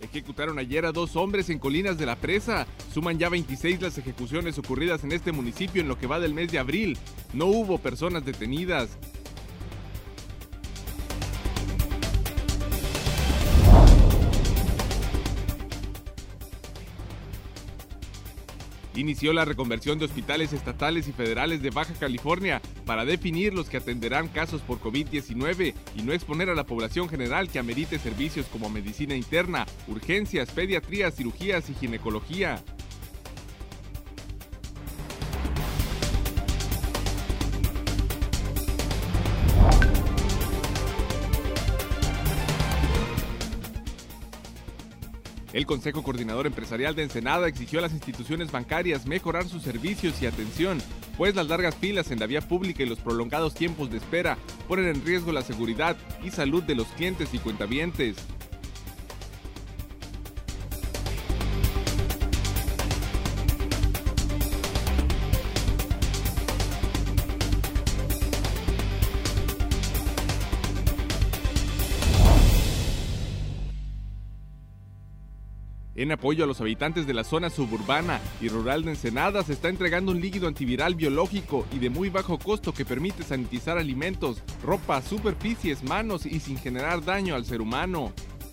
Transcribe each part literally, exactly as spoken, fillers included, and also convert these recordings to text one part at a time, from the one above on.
Ejecutaron ayer a dos hombres en Colinas de la Presa. Suman ya veintiséis las ejecuciones ocurridas en este municipio en lo que va del mes de abril. No hubo personas detenidas. Inició la reconversión de hospitales estatales y federales de Baja California para definir los que atenderán casos por COVID diecinueve y no exponer a la población general que amerite servicios como medicina interna, urgencias, pediatría, cirugías y ginecología. El Consejo Coordinador Empresarial de Ensenada exigió a las instituciones bancarias mejorar sus servicios y atención, pues las largas filas en la vía pública y los prolongados tiempos de espera ponen en riesgo la seguridad y salud de los clientes y cuentavientes. En apoyo a los habitantes de la zona suburbana y rural de Ensenada, se está entregando un líquido antiviral biológico y de muy bajo costo que permite sanitizar alimentos, ropa, superficies, manos y sin generar daño al ser humano.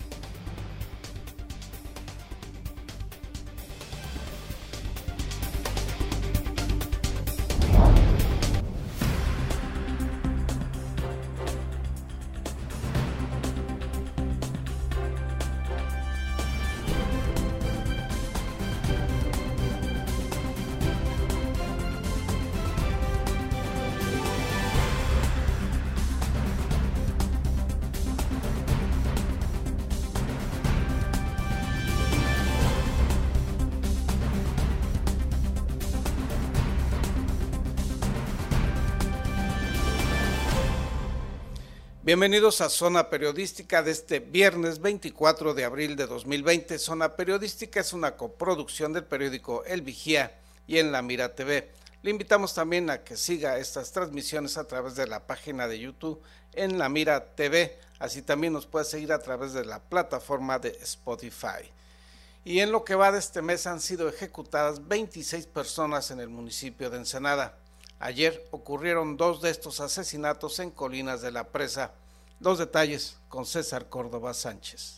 Bienvenidos a Zona Periodística de este viernes veinticuatro de abril de dos mil veinte. Zona Periodística es una coproducción del periódico El Vigía y En La Mira T V. Le invitamos también a que siga estas transmisiones a través de la página de YouTube En La Mira T V. Así también nos puede seguir a través de la plataforma de Spotify. Y en lo que va de este mes han sido ejecutadas veintiséis personas en el municipio de Ensenada. Ayer ocurrieron dos de estos asesinatos en Colinas de la Presa. Los detalles con César Córdoba Sánchez.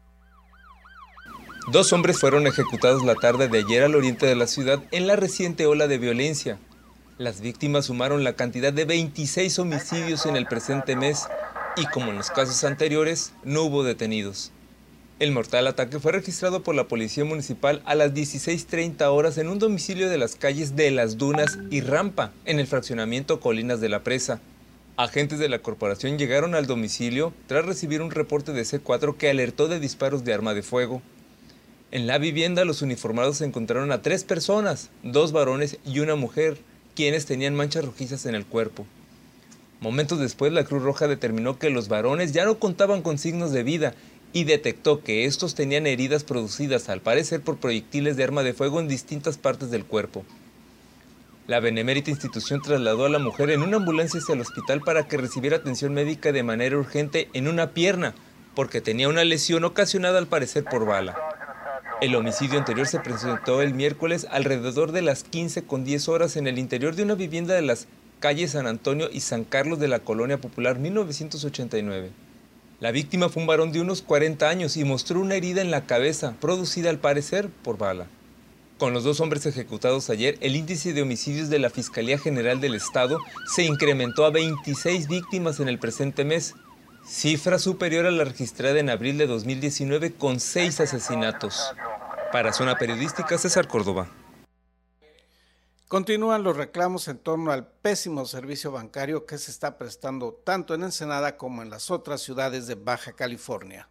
Dos hombres fueron ejecutados la tarde de ayer al oriente de la ciudad en la reciente ola de violencia. Las víctimas sumaron la cantidad de veintiséis homicidios en el presente mes y, como en los casos anteriores, no hubo detenidos. El mortal ataque fue registrado por la Policía Municipal a las dieciséis treinta horas en un domicilio de las calles de Las Dunas y Rampa, en el fraccionamiento Colinas de la Presa. Agentes de la corporación llegaron al domicilio tras recibir un reporte de C cuatro que alertó de disparos de arma de fuego. En la vivienda, los uniformados encontraron a tres personas, dos varones y una mujer, quienes tenían manchas rojizas en el cuerpo. Momentos después, la Cruz Roja determinó que los varones ya no contaban con signos de vida y detectó que estos tenían heridas producidas, al parecer, por proyectiles de arma de fuego en distintas partes del cuerpo. La benemérita institución trasladó a la mujer en una ambulancia hacia el hospital para que recibiera atención médica de manera urgente en una pierna, porque tenía una lesión ocasionada al parecer por bala. El homicidio anterior se presentó el miércoles alrededor de las quince con diez horas en el interior de una vivienda de las calles San Antonio y San Carlos de la Colonia Popular mil novecientos ochenta y nueve. La víctima fue un varón de unos cuarenta años y mostró una herida en la cabeza, producida al parecer por bala. Con los dos hombres ejecutados ayer, el índice de homicidios de la Fiscalía General del Estado se incrementó a veintiséis víctimas en el presente mes, cifra superior a la registrada en abril de dos mil diecinueve con seis asesinatos. Para Zona Periodística, César Córdoba. Continúan los reclamos en torno al pésimo servicio bancario que se está prestando tanto en Ensenada como en las otras ciudades de Baja California.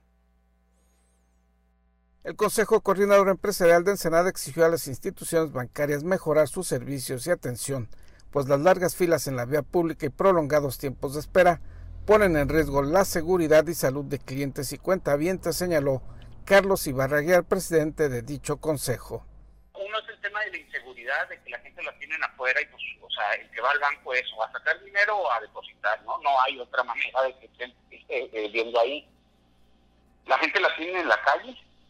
El Consejo Coordinador Empresarial de Ensenada exigió a las instituciones bancarias mejorar sus servicios y atención, pues las largas filas en la vía pública y prolongados tiempos de espera ponen en riesgo la seguridad y salud de clientes y cuentavientes, señaló Carlos Ibarraguer, presidente de dicho consejo. Uno es el tema de la inseguridad, de que la gente la tienen afuera y pues, o sea, el que va al banco es o a sacar dinero o a depositar, ¿no? No hay otra manera de que estén eh, eh, viendo ahí. La gente la tiene en la calle,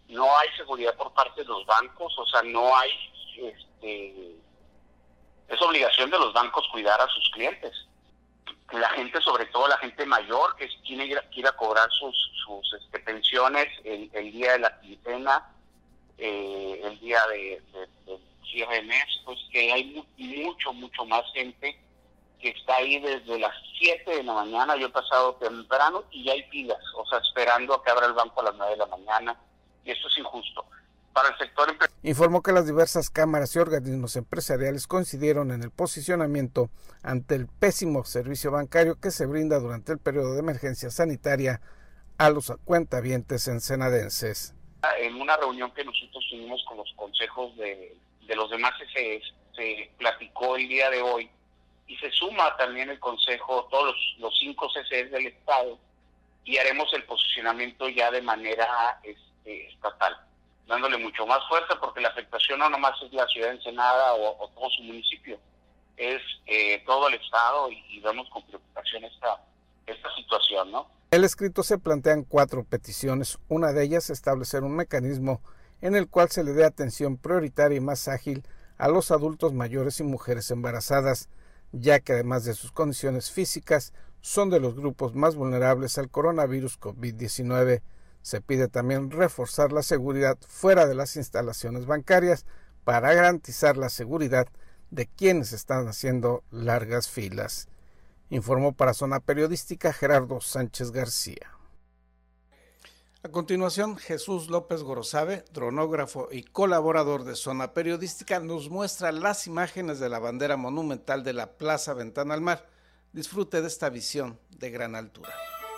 no hay seguridad por parte de los bancos, o sea, no hay, este, es obligación de los bancos cuidar a sus clientes. La gente, sobre todo la gente mayor, que tiene que ir a cobrar sus, sus este, pensiones el, el día de la quincena, eh, el día de, de, de cierre de mes, pues que hay mu- mucho, mucho más gente que está ahí desde las siete de la mañana. Yo he pasado temprano y ya hay filas, o sea, esperando a que abra el banco a las nueve de la mañana, y eso es injusto. Para el sector empresarial. Informó que las diversas cámaras y organismos empresariales coincidieron en el posicionamiento ante el pésimo servicio bancario que se brinda durante el periodo de emergencia sanitaria a los cuentavientes ensenadenses. En una reunión que nosotros tuvimos con los consejos de, de los demás C C Es, se platicó el día de hoy, y se suma también el consejo, todos los, los cinco C C Es del Estado, y haremos el posicionamiento ya de manera este, estatal, dándole mucho más fuerza, porque la afectación no nomás es la ciudad de Ensenada o, o todo su municipio, es eh, todo el Estado, y, y vemos con preocupación esta, esta situación, ¿no? En el escrito se plantean cuatro peticiones. Una de ellas, establecer un mecanismo en el cual se le dé atención prioritaria y más ágil a los adultos mayores y mujeres embarazadas, ya que además de sus condiciones físicas, son de los grupos más vulnerables al coronavirus COVID diecinueve. Se pide también reforzar la seguridad fuera de las instalaciones bancarias para garantizar la seguridad de quienes están haciendo largas filas. Informó para Zona Periodística Gerardo Sánchez García. A continuación, Jesús López Gorosabe, dronógrafo y colaborador de Zona Periodística, nos muestra las imágenes de la bandera monumental de la Plaza Ventana al Mar. Disfrute de esta visión de gran altura.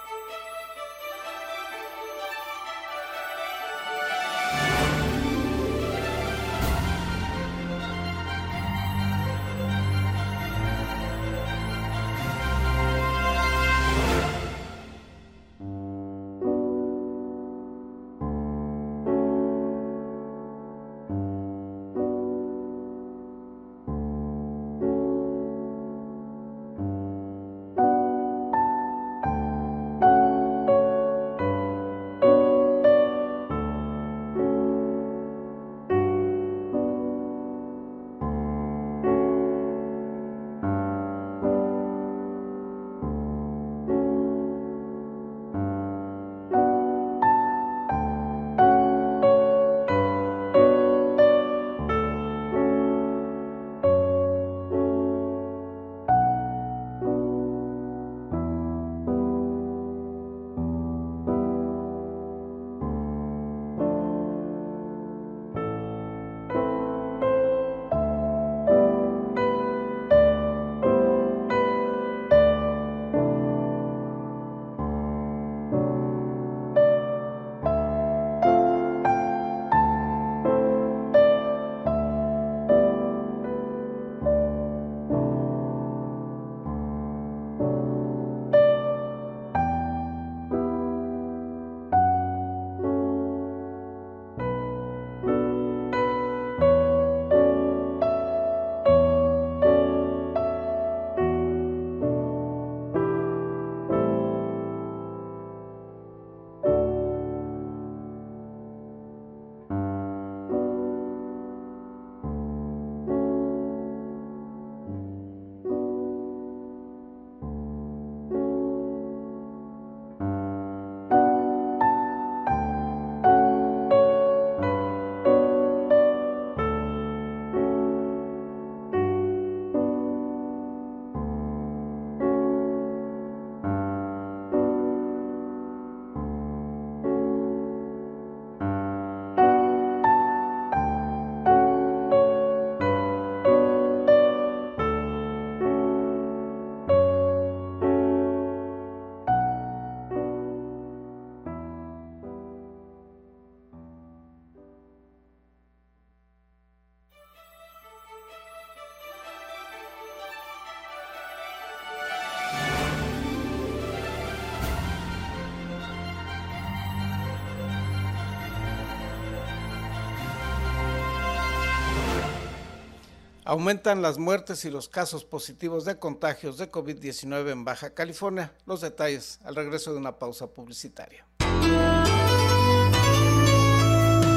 Aumentan las muertes y los casos positivos de contagios de COVID diecinueve en Baja California. Los detalles al regreso de una pausa publicitaria.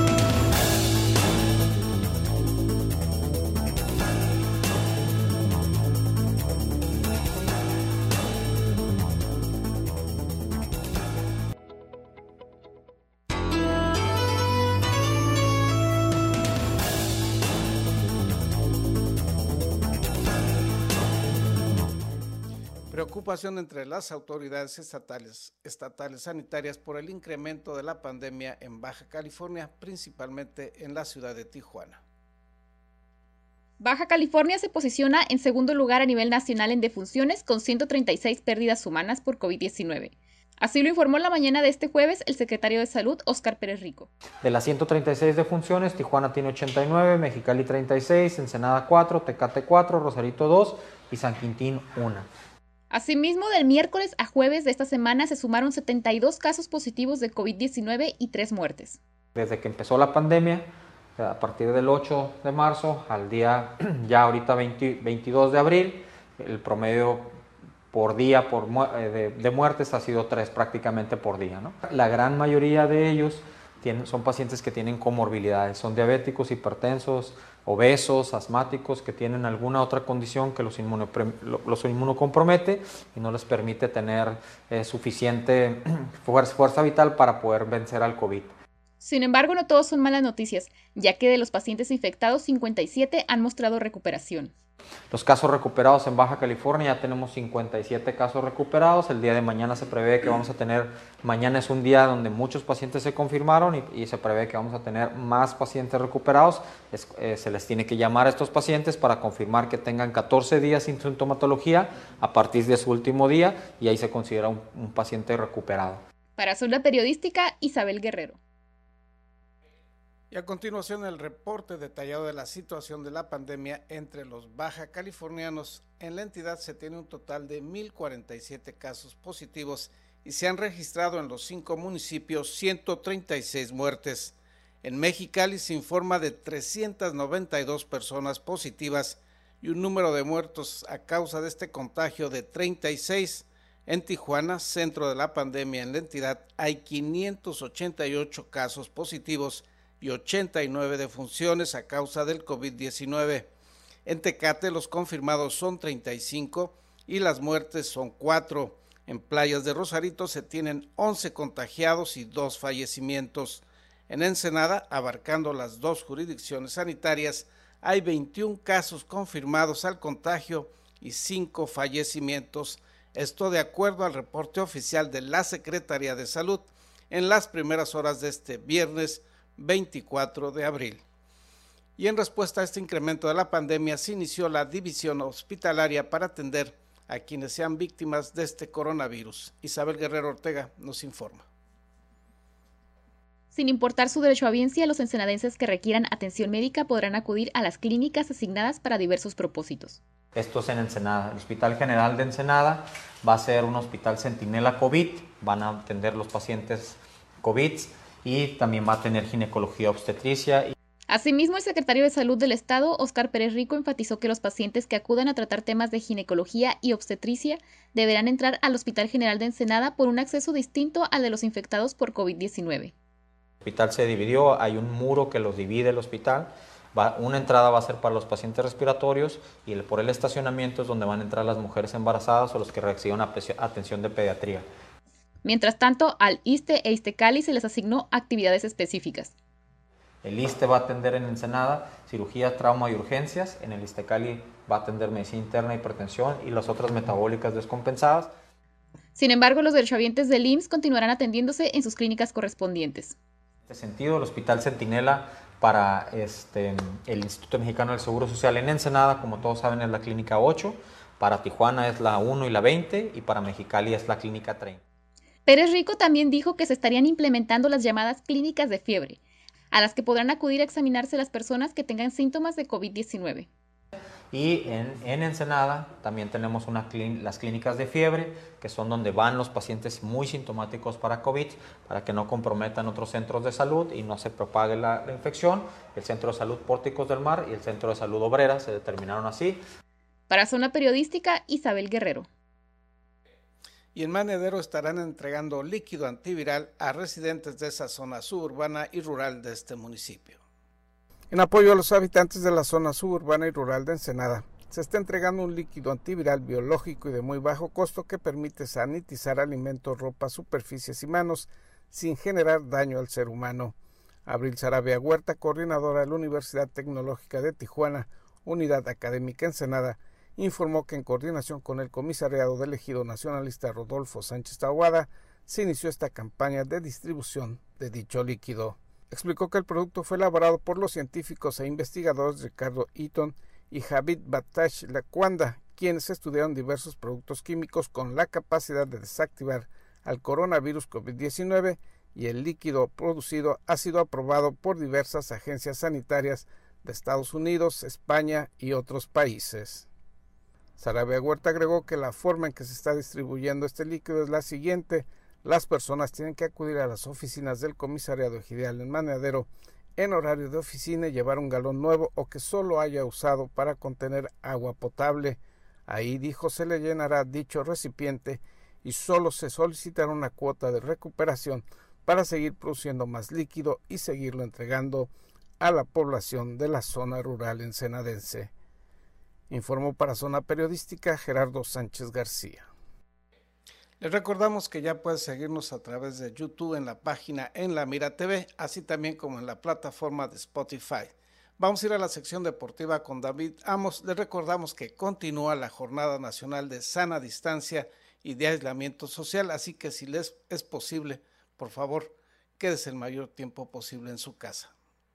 Preocupación entre las autoridades estatales, estatales sanitarias por el incremento de la pandemia en Baja California, principalmente en la ciudad de Tijuana. Baja California se posiciona en segundo lugar a nivel nacional en defunciones, con ciento treinta y seis pérdidas humanas por COVID diecinueve. Así lo informó la mañana de este jueves el secretario de Salud, Óscar Pérez Rico. De las ciento treinta y seis defunciones, Tijuana tiene ochenta y nueve, Mexicali treinta y seis, Ensenada cuatro, Tecate cuatro, Rosarito dos y San Quintín uno. Asimismo, del miércoles a jueves de esta semana se sumaron setenta y dos casos positivos de COVID diecinueve y tres muertes. Desde que empezó la pandemia, a partir del ocho de marzo al día ya ahorita veinte, veintidós de abril, el promedio por día por mu de, de muertes ha sido tres prácticamente por día, ¿no? La gran mayoría de ellos tienen, son pacientes que tienen comorbilidades, son diabéticos, hipertensos, obesos, asmáticos, que tienen alguna otra condición que los, los inmunocompromete y no les permite tener eh, suficiente fuerza, fuerza vital para poder vencer al COVID. Sin embargo, no todos son malas noticias, ya que de los pacientes infectados, cincuenta y siete han mostrado recuperación. Los casos recuperados en Baja California, ya tenemos cincuenta y siete casos recuperados. El día de mañana se prevé que vamos a tener, mañana es un día donde muchos pacientes se confirmaron y, y se prevé que vamos a tener más pacientes recuperados. Es, eh, se les tiene que llamar a estos pacientes para confirmar que tengan catorce días sin sintomatología a partir de su último día y ahí se considera un, un paciente recuperado. Para Zona Periodística, Isabel Guerrero. Y a continuación el reporte detallado de la situación de la pandemia entre los baja californianos. En la entidad se tiene un total de mil cuarenta y siete casos positivos y se han registrado en los cinco municipios ciento treinta y seis muertes. En Mexicali se informa de trescientas noventa y dos personas positivas y un número de muertos a causa de este contagio de treinta y seis. En Tijuana, centro de la pandemia en la entidad, hay quinientos ochenta y ocho casos positivos y ochenta y nueve defunciones a causa del COVID diecinueve. En Tecate los confirmados son treinta y cinco y las muertes son cuatro. En Playas de Rosarito se tienen once contagiados y dos fallecimientos. En Ensenada, abarcando las dos jurisdicciones sanitarias, hay veintiún casos confirmados al contagio y cinco fallecimientos. Esto de acuerdo al reporte oficial de la Secretaría de Salud en las primeras horas de este viernes veinticuatro de abril. Y en respuesta a este incremento de la pandemia se inició la división hospitalaria para atender a quienes sean víctimas de este coronavirus. Isabel Guerrero Ortega nos informa. Sin importar su derechohabiencia, los ensenadenses que requieran atención médica podrán acudir a las clínicas asignadas para diversos propósitos. Esto es en Ensenada. El Hospital General de Ensenada va a ser un hospital centinela COVID, van a atender los pacientes COVID y también va a tener ginecología obstetricia. Asimismo, el secretario de Salud del Estado, Óscar Pérez Rico, enfatizó que los pacientes que acudan a tratar temas de ginecología y obstetricia deberán entrar al Hospital General de Ensenada por un acceso distinto al de los infectados por COVID diecinueve. El hospital se dividió, hay un muro que los divide el hospital. Va, una entrada va a ser para los pacientes respiratorios y el, por el estacionamiento es donde van a entrar las mujeres embarazadas o los que reciban atención de pediatría. Mientras tanto, al ISSSTE e ISSSTECALI se les asignó actividades específicas. El ISSSTE va a atender en Ensenada cirugía, trauma y urgencias, en el ISSSTECALI va a atender medicina interna, hipertensión y las otras metabólicas descompensadas. Sin embargo, los derechohabientes del I M S S continuarán atendiéndose en sus clínicas correspondientes. En este sentido, el Hospital Centinela para este, el Instituto Mexicano del Seguro Social en Ensenada, como todos saben, es la clínica ocho, para Tijuana es la uno y la veinte y para Mexicali es la clínica treinta. Pérez Rico también dijo que se estarían implementando las llamadas clínicas de fiebre, a las que podrán acudir a examinarse las personas que tengan síntomas de COVID diecinueve. Y en, en Ensenada también tenemos una clín, las clínicas de fiebre, que son donde van los pacientes muy sintomáticos para COVID, para que no comprometan otros centros de salud y no se propague la, la infección. El Centro de Salud Pórticos del Mar y el Centro de Salud Obrera se determinaron así. Para Zona Periodística, Isabel Guerrero. Y en Manedero estarán entregando líquido antiviral a residentes de esa zona suburbana y rural de este municipio. En apoyo a los habitantes de la zona suburbana y rural de Ensenada, se está entregando un líquido antiviral biológico y de muy bajo costo que permite sanitizar alimentos, ropa, superficies y manos sin generar daño al ser humano. Abril Sarabia Huerta, coordinadora de la Universidad Tecnológica de Tijuana, Unidad Académica Ensenada, informó que en coordinación con el comisariado del ejido nacionalista Rodolfo Sánchez Taboada, se inició esta campaña de distribución de dicho líquido. Explicó que el producto fue elaborado por los científicos e investigadores Ricardo Eaton y Javid Batash Lakwanda, quienes estudiaron diversos productos químicos con la capacidad de desactivar al coronavirus COVID diecinueve, y el líquido producido ha sido aprobado por diversas agencias sanitarias de Estados Unidos, España y otros países. Sarabia Huerta agregó que la forma en que se está distribuyendo este líquido es la siguiente: las personas tienen que acudir a las oficinas del comisariado ejidal en Maneadero en horario de oficina y llevar un galón nuevo o que solo haya usado para contener agua potable. Ahí, dijo, se le llenará dicho recipiente y solo se solicitará una cuota de recuperación para seguir produciendo más líquido y seguirlo entregando a la población de la zona rural ensenadense. Informó para Zona Periodística Gerardo Sánchez García. Les recordamos que ya puedes seguirnos a través de YouTube en la página En la Mira T V, así también como en la plataforma de Spotify. Vamos a ir a la sección deportiva con David Amos. Les recordamos que continúa la Jornada Nacional de Sana Distancia y de Aislamiento Social, así que si les es posible, por favor, quédese el mayor tiempo posible en su casa.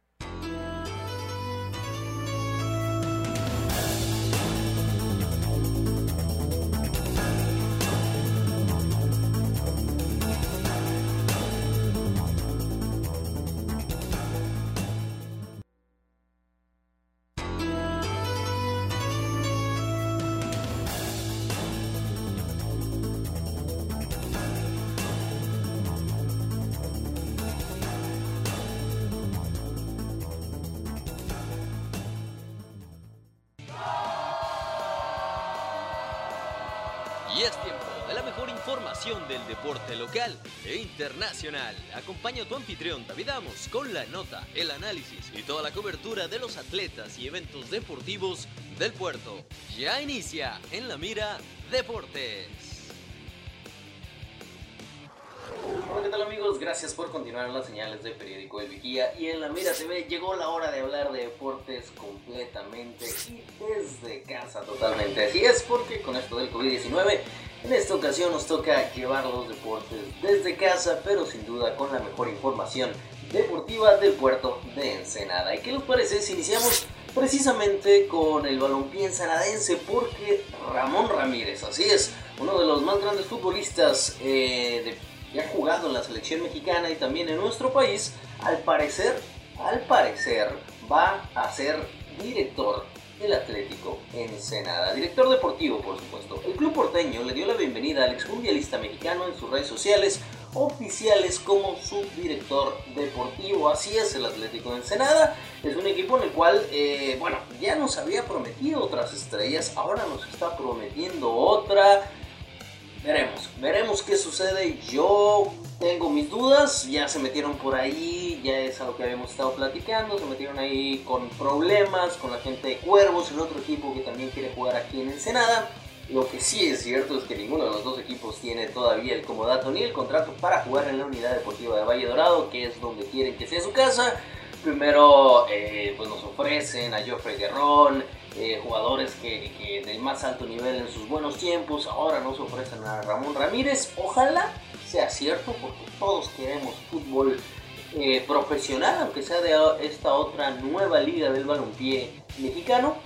Y es tiempo de la mejor información del deporte local e internacional. Acompaña a tu anfitrión David Amos con la nota, el análisis y toda la cobertura de los atletas y eventos deportivos del puerto. Ya inicia En la Mira Deportes. Hola, ¿qué tal amigos? Gracias por continuar en las señales de Periódico El Vigía y en la Mira T V. Llegó la hora de hablar de deportes completamente y desde casa totalmente. Así es, porque con esto del COVID diecinueve, en esta ocasión nos toca llevar los deportes desde casa, pero sin duda con la mejor información deportiva del puerto de Ensenada. ¿Y qué les parece si iniciamos precisamente con el balompié ensenadense? Porque Ramón Ramírez, así es, uno de los más grandes futbolistas eh, de que ha jugado en la selección mexicana y también en nuestro país, al parecer, al parecer va a ser director del Atlético Ensenada, director deportivo, por supuesto. El club porteño le dio la bienvenida al exmundialista mexicano en sus redes sociales oficiales como subdirector deportivo. Así es, el Atlético Ensenada es un equipo en el cual, eh, bueno, ya nos había prometido otras estrellas, ahora nos está prometiendo otra. Veremos, veremos qué sucede. Yo tengo mis dudas, ya se metieron por ahí, ya es algo que habíamos estado platicando, se metieron ahí con problemas, con la gente de Cuervos, el otro equipo que también quiere jugar aquí en Ensenada. Lo que sí es cierto es que ninguno de los dos equipos tiene todavía el comodato ni el contrato para jugar en la Unidad Deportiva de Valle Dorado, que es donde quieren que sea su casa. Primero eh, pues nos ofrecen a Joffrey Guerrón, eh, jugadores que, que del más alto nivel en sus buenos tiempos. Ahora nos ofrecen a Ramón Ramírez. Ojalá sea cierto, porque todos queremos fútbol eh, profesional, aunque sea de esta otra nueva liga del balompié mexicano.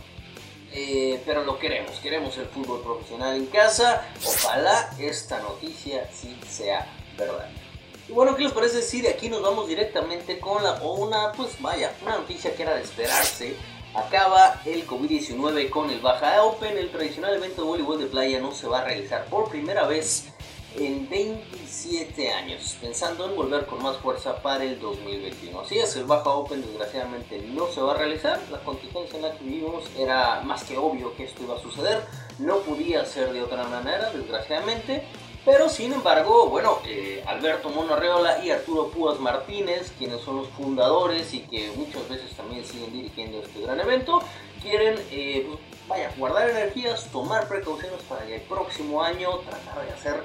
Eh, pero lo queremos, queremos el fútbol profesional en casa. Ojalá esta noticia sí sea verdad. Y bueno, ¿qué les parece si de aquí nos vamos directamente con la, o una, pues vaya, una noticia que era de esperarse? Acaba el COVID diecinueve con el Baja Open. El tradicional evento de voleibol de playa no se va a realizar por primera vez en veintisiete años, pensando en volver con más fuerza para el dos mil veintiuno. Así es, el Baja Open desgraciadamente no se va a realizar. La contingencia en la que vivimos era más que obvio que esto iba a suceder. No podía ser de otra manera, desgraciadamente. Pero sin embargo, bueno, eh, Alberto Mono Arreola y Arturo Púas Martínez, quienes son los fundadores y que muchas veces también siguen dirigiendo este gran evento, quieren, eh, pues, vaya, guardar energías, tomar precauciones para que el próximo año tratar de hacer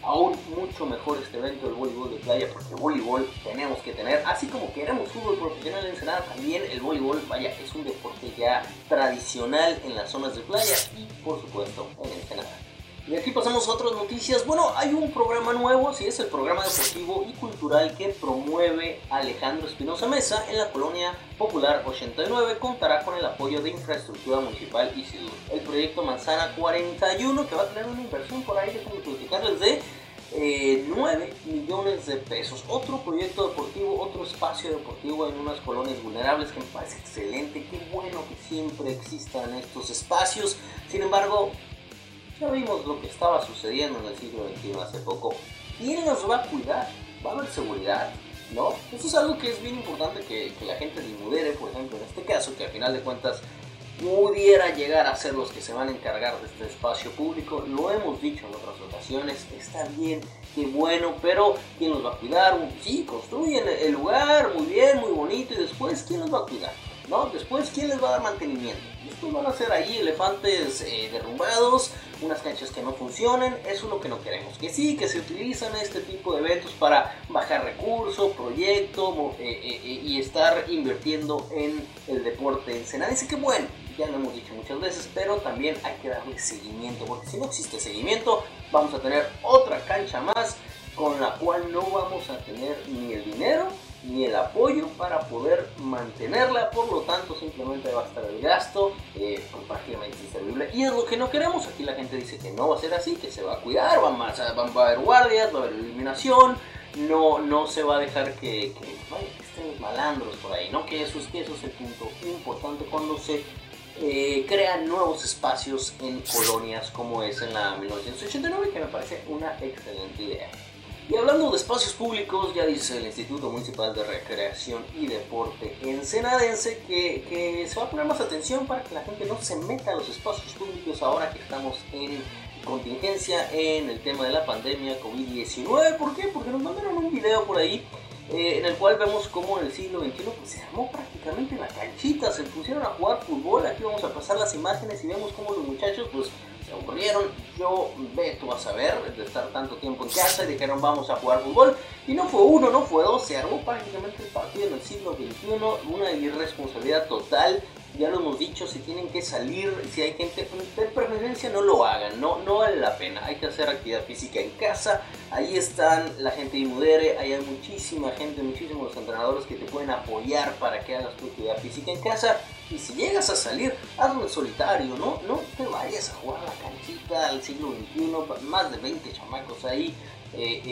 aún mucho mejor este evento del voleibol de playa, porque voleibol tenemos que tener, así como queremos fútbol profesional en Ensenada, también el voleibol, vaya, es un deporte ya tradicional en las zonas de playa y por supuesto en Ensenada. Y aquí pasamos a otras noticias. Bueno, hay un programa nuevo, así es, el programa deportivo y cultural que promueve Alejandro Espinosa Mesa en la colonia popular ochenta y nueve. Contará con el apoyo de Infraestructura Municipal y Sidur. El proyecto Manzana cuarenta y uno, que va a tener una inversión por ahí, déjenme platicarles, de eh, nueve millones de pesos. Otro proyecto deportivo, otro espacio deportivo en unas colonias vulnerables, que me parece excelente. Qué bueno que siempre existan estos espacios. Sin embargo, ya vimos lo que estaba sucediendo en el siglo veintiuno hace poco. ¿Quién nos va a cuidar? ¿Va a haber seguridad? ¿No? Eso es algo que es bien importante que, que la gente de Inmudere, por ejemplo, en este caso, que al final de cuentas pudiera llegar a ser los que se van a encargar de este espacio público. Lo hemos dicho en otras ocasiones, está bien, qué bueno, pero ¿quién los va a cuidar? Sí, construyen el lugar, muy bien, muy bonito, y después, ¿quién los va a cuidar? ¿No? Después, ¿quién les va a dar mantenimiento? Después van a ser ahí elefantes eh, derrumbados, unas canchas que no funcionen. Eso es lo que no queremos. Que sí, que se utilizan este tipo de eventos para bajar recursos, proyectos eh, eh, eh, y estar invirtiendo en el deporte ensenadense. Que bueno, ya lo hemos dicho muchas veces, pero también hay que darle seguimiento, porque si no existe seguimiento, vamos a tener otra cancha más con la cual no vamos a tener ni el dinero ni el apoyo para poder mantenerla. Por lo tanto, simplemente va a estar el gasto eh, prácticamente inservible, y es lo que no queremos. Aquí la gente dice que no va a ser así, que se va a cuidar, van a, van, va a haber guardias, va a haber eliminación, no, no se va a dejar que, que, vaya, que estén malandros por ahí, ¿no? Que eso es, que eso es el punto importante cuando se eh, crean nuevos espacios en colonias como es en la mil novecientos ochenta y nueve, que me parece una excelente idea. Y hablando de espacios públicos, ya dice el Instituto Municipal de Recreación y Deporte ensenadense que, que se va a poner más atención para que la gente no se meta a los espacios públicos ahora que estamos en contingencia en el tema de la pandemia COVID diecinueve. ¿Por qué? Porque nos mandaron un video por ahí eh, en el cual vemos cómo en el siglo veintiuno pues, se armó prácticamente la canchita, se pusieron a jugar fútbol. Aquí vamos a pasar las imágenes y vemos cómo los muchachos pues se aburrieron. Yo, ve tú a saber, de estar tanto tiempo en casa, y dijeron vamos a jugar fútbol, y no fue uno, no fue dos, se armó prácticamente el partido en el siglo veintiuno, una irresponsabilidad total. Ya lo hemos dicho, si tienen que salir, si hay gente de preferencia, no lo hagan, no, no vale la pena. Hay que hacer actividad física en casa. Ahí están la gente de Inmudere, ahí hay muchísima gente, muchísimos entrenadores que te pueden apoyar para que hagas tu actividad física en casa. Y si llegas a salir, hazlo en solitario, ¿no? No te vayas a jugar a la canchita al siglo veintiuno, más de veinte chamacos ahí eh,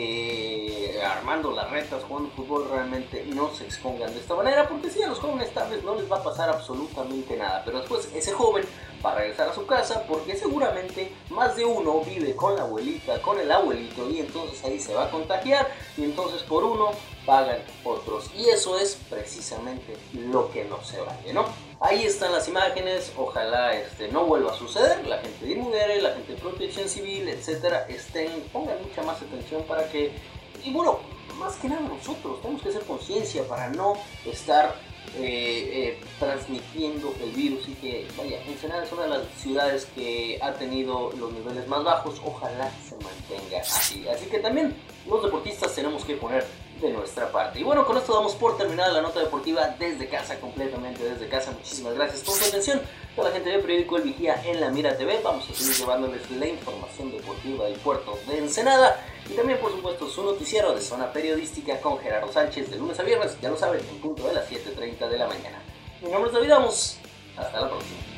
eh, armando las retas, jugando fútbol. Realmente no se expongan de esta manera, porque si a los jóvenes tal vez no les va a pasar absolutamente nada, pero después ese joven va a regresar a su casa, porque seguramente más de uno vive con la abuelita, con el abuelito, y entonces ahí se va a contagiar, y entonces por uno pagan otros, y eso es precisamente lo que no se vale, ¿no? Ahí están las imágenes, ojalá este, no vuelva a suceder. La gente de Inmudere, la gente de Protección Civil, etcétera, estén, pongan mucha más atención para que, y bueno, más que nada nosotros tenemos que hacer conciencia para no estar eh, eh, transmitiendo el virus. Y que, vaya, Ensenada es una de las ciudades que ha tenido los niveles más bajos, ojalá se mantenga así. Así que también los deportistas tenemos que poner de nuestra parte. Y bueno, con esto damos por terminada la nota deportiva desde casa, completamente desde casa. Muchísimas gracias por su atención. Toda la gente del periódico El Vigía en la Mira T V, vamos a seguir llevándoles la información deportiva del puerto de Ensenada, y también por supuesto su noticiero de Zona Periodística con Gerardo Sánchez de lunes a viernes, ya lo saben, en punto de las siete treinta de la mañana. Mi nombre es David Amos, hasta la próxima.